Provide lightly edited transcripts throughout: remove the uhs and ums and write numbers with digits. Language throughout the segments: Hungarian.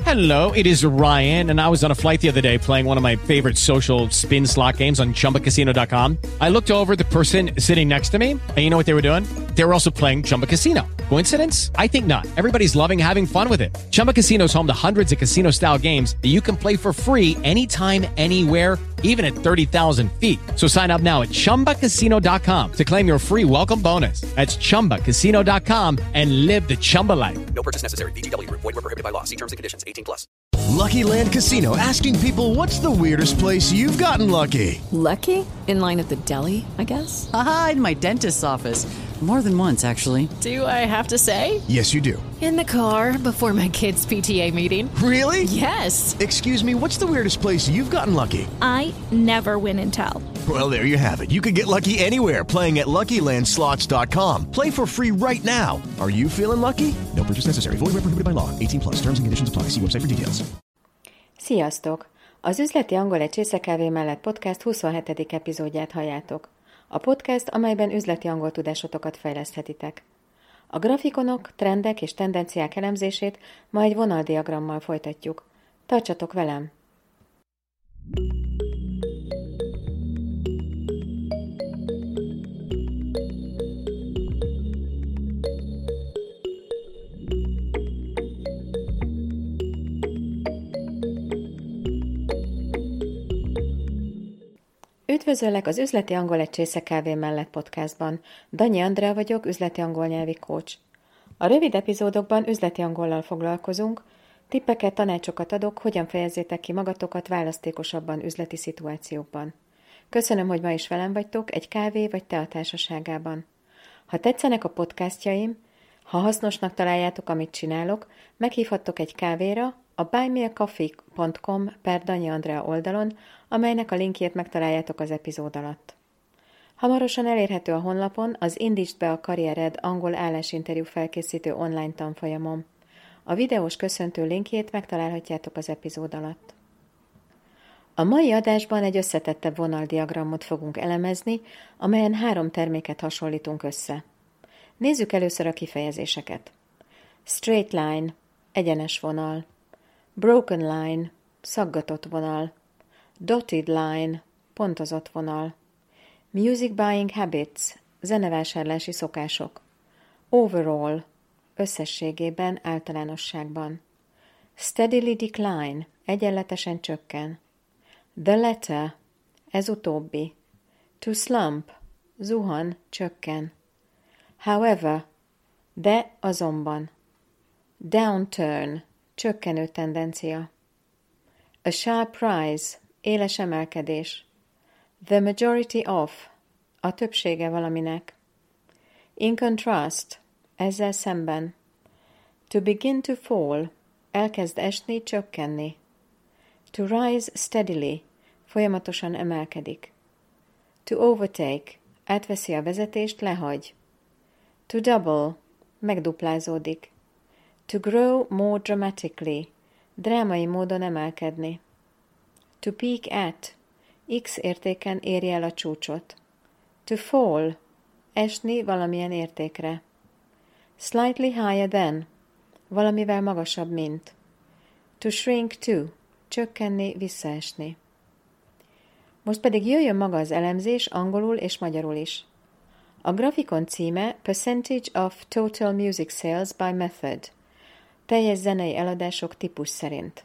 Hello, it is Ryan, and I was on a flight the other day playing one of my favorite social spin slot games on ChumbaCasino.com. I looked over the person sitting next to me, and you know what they were doing? They were also playing Chumba Casino. Coincidence? I think not. Everybody's loving having fun with it. Chumba Casino is home to hundreds of casino-style games that you can play for free anytime, anywhere, even at 30,000 feet. So sign up now at ChumbaCasino.com to claim your free welcome bonus. That's ChumbaCasino.com and live the Chumba life. No purchase necessary. VGW. Void where prohibited by law. See terms and conditions. 18+. Lucky Land Casino, asking people, what's the weirdest place you've gotten lucky? Lucky? In line at the deli, I guess? Aha, in my dentist's office. More than once, actually. Do I have to say? Yes, you do. In the car before my kids' PTA meeting. Really? Yes. Excuse me, what's the weirdest place you've gotten lucky? I never win and tell. Well, there you have it. You can get lucky anywhere, playing at LuckyLandSlots.com. Play for free right now. Are you feeling lucky? No purchase necessary. Void where prohibited by law. 18+. Terms and conditions apply. See website for details. Sziasztok! Az Üzleti Angol egy Csésze-kávé mellett podcast 27. epizódját halljátok. A podcast, amelyben üzleti angol tudásotokat fejleszthetitek. A grafikonok, trendek és tendenciák elemzését ma egy vonaldiagrammal folytatjuk. Tartsatok velem! Üdvözöllek az Üzleti Angol egy Csésze-kávé mellett podcastban. Danyi Andrea vagyok, üzleti angol nyelvi coach. A rövid epizódokban üzleti angollal foglalkozunk, tippeket, tanácsokat adok, hogyan fejezzétek ki magatokat választékosabban üzleti szituációkban. Köszönöm, hogy ma is velem vagytok egy kávé vagy tea társaságában. Ha tetszenek a podcastjaim, ha hasznosnak találjátok, amit csinálok, meghívhattok egy kávéra a buymeacoffee.com/Danyi Andrea oldalon, amelynek a linkjét megtaláljátok az epizód alatt. Hamarosan elérhető a honlapon az Indítsd be a karriered angol állásinterjú felkészítő online tanfolyamom. A videós köszöntő linkjét megtalálhatjátok az epizód alatt. A mai adásban egy összetettebb vonaldiagramot fogunk elemezni, amelyen 3 terméket hasonlítunk össze. Nézzük először a kifejezéseket. Straight line, egyenes vonal. Broken line, szaggatott vonal. Dotted line, pontozott vonal. Music buying habits, zenevásárlási szokások. Overall, összességében, általánosságban. Steadily decline, egyenletesen csökken. The latter, ez utóbbi. To slump, zuhan, csökken. However, de azonban. Downturn, csökkenő tendencia. A sharp rise, éles emelkedés. The majority of, a többsége valaminek. In contrast, ezzel szemben. To begin to fall, elkezd esni, csökkenni. To rise steadily, folyamatosan emelkedik. To overtake, átveszi a vezetést, lehagy. To double, megduplázódik. To grow more dramatically, drámai módon emelkedni. To peak at, X értéken érje el a csúcsot. To fall, esni valamilyen értékre. Slightly higher than, valamivel magasabb, mint. To shrink to, csökkenni, visszaesni. Most pedig jöjjön maga az elemzés angolul és magyarul is. A grafikon címe Percentage of Total Music Sales by Method. Teljes zenei eladások típus szerint.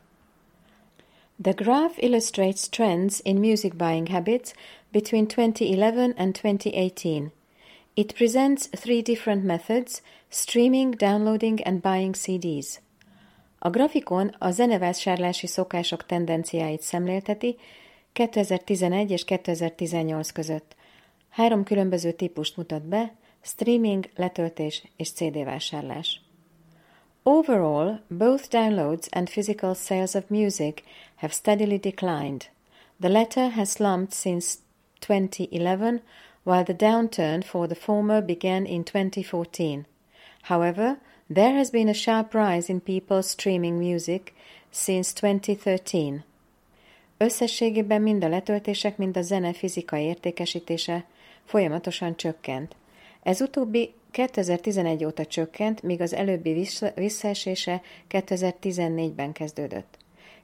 The graph illustrates trends in music buying habits between 2011 and 2018. It presents 3 different methods: streaming, downloading and buying CDs. A grafikon a zenevásárlási szokások tendenciáit szemlélteti 2011 és 2018 között. 3 különböző típust mutat be: streaming, letöltés és CD-vásárlás. Overall, both downloads and physical sales of music have steadily declined. The latter has slumped since 2011, while the downturn for the former began in 2014. However, there has been a sharp rise in people streaming music since 2013. Összességében mind a letöltések, mind a zene fizikai értékesítése folyamatosan csökkent. Ez utóbbi 2011 óta csökkent, míg az előbbi visszaesése 2014-ben kezdődött.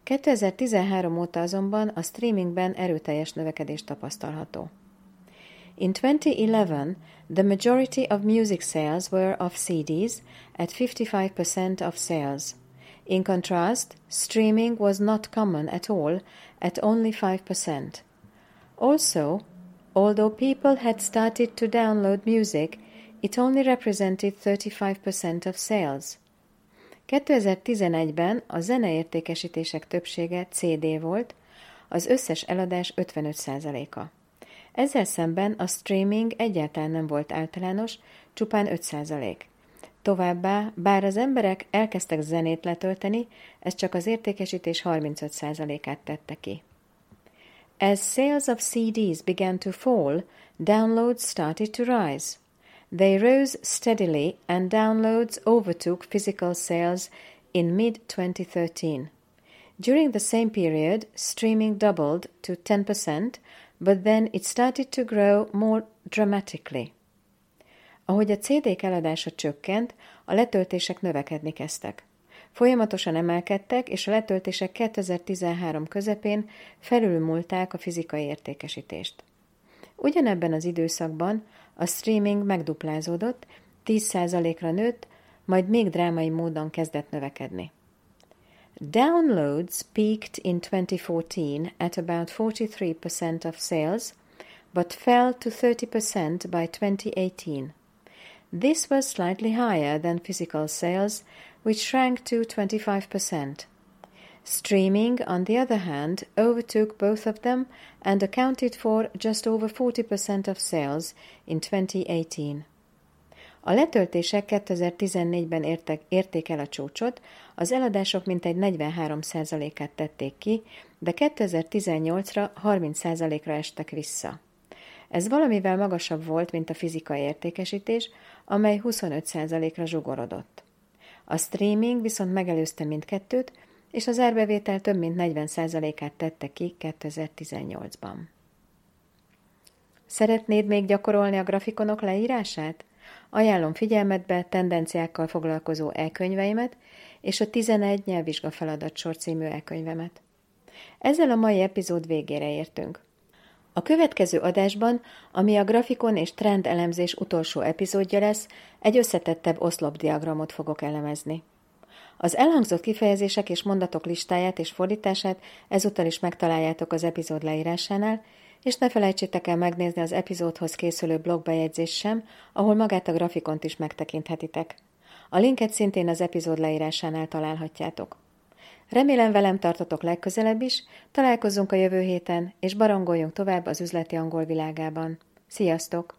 2013 óta azonban a streamingben erőteljes növekedés tapasztalható. In 2011, the majority of music sales were of CDs at 55% of sales. In contrast, streaming was not common at all at only 5%. Also, although people had started to download music, it only represented 35% of sales. 2011-ben a zeneértékesítések többsége CD volt, az összes eladás 55%-a. Ezzel szemben a streaming egyáltalán nem volt általános, csupán 5%. Továbbá, bár az emberek elkezdtek zenét letölteni, ez csak az értékesítés 35%-át tette ki. As sales of CDs began to fall, downloads started to rise. They rose steadily and downloads overtook physical sales in mid-2013. During the same period, streaming doubled to 10%, but then it started to grow more dramatically. Ahogy a CD-k eladása csökkent, a letöltések növekedni kezdtek. Folyamatosan emelkedtek, és a letöltések 2013 közepén felülmúlták a fizikai értékesítést. Ugyanebben az időszakban a streaming megduplázódott, 10%-ra nőtt, majd még drámai módon kezdett növekedni. Downloads peaked in 2014 at about 43% of sales, but fell to 30% by 2018. This was slightly higher than physical sales, which shrank to 25%. Streaming, on the other hand, overtook both of them and accounted for just over 40% of sales in 2018. A letöltések 2014-ben érték el a csúcsot, az eladások mintegy 43%-át tették ki, de 2018-ra 30%-ra estek vissza. Ez valamivel magasabb volt, mint a fizikai értékesítés, amely 25%-ra zsugorodott. A streaming viszont megelőzte mindkettőt, és az árbevétel több mint 40%-át tette ki 2018-ban. Szeretnéd még gyakorolni a grafikonok leírását? Ajánlom figyelmetbe tendenciákkal foglalkozó e-könyveimet és a 11 nyelvvizsgafeladat-sor című e-könyvemet. Ezzel a mai epizód végére értünk. A következő adásban, ami a grafikon és trend elemzés utolsó epizódja lesz, egy összetettebb oszlopdiagramot fogok elemezni. Az elhangzott kifejezések és mondatok listáját és fordítását ezúttal is megtaláljátok az epizód leírásánál, és ne felejtsétek el megnézni az epizódhoz készülő blogbejegyzést sem, ahol magát a grafikont is megtekinthetitek. A linket szintén az epizód leírásánál találhatjátok. Remélem velem tartotok legközelebb is, találkozzunk a jövő héten, és barangoljunk tovább az üzleti angol világában. Sziasztok!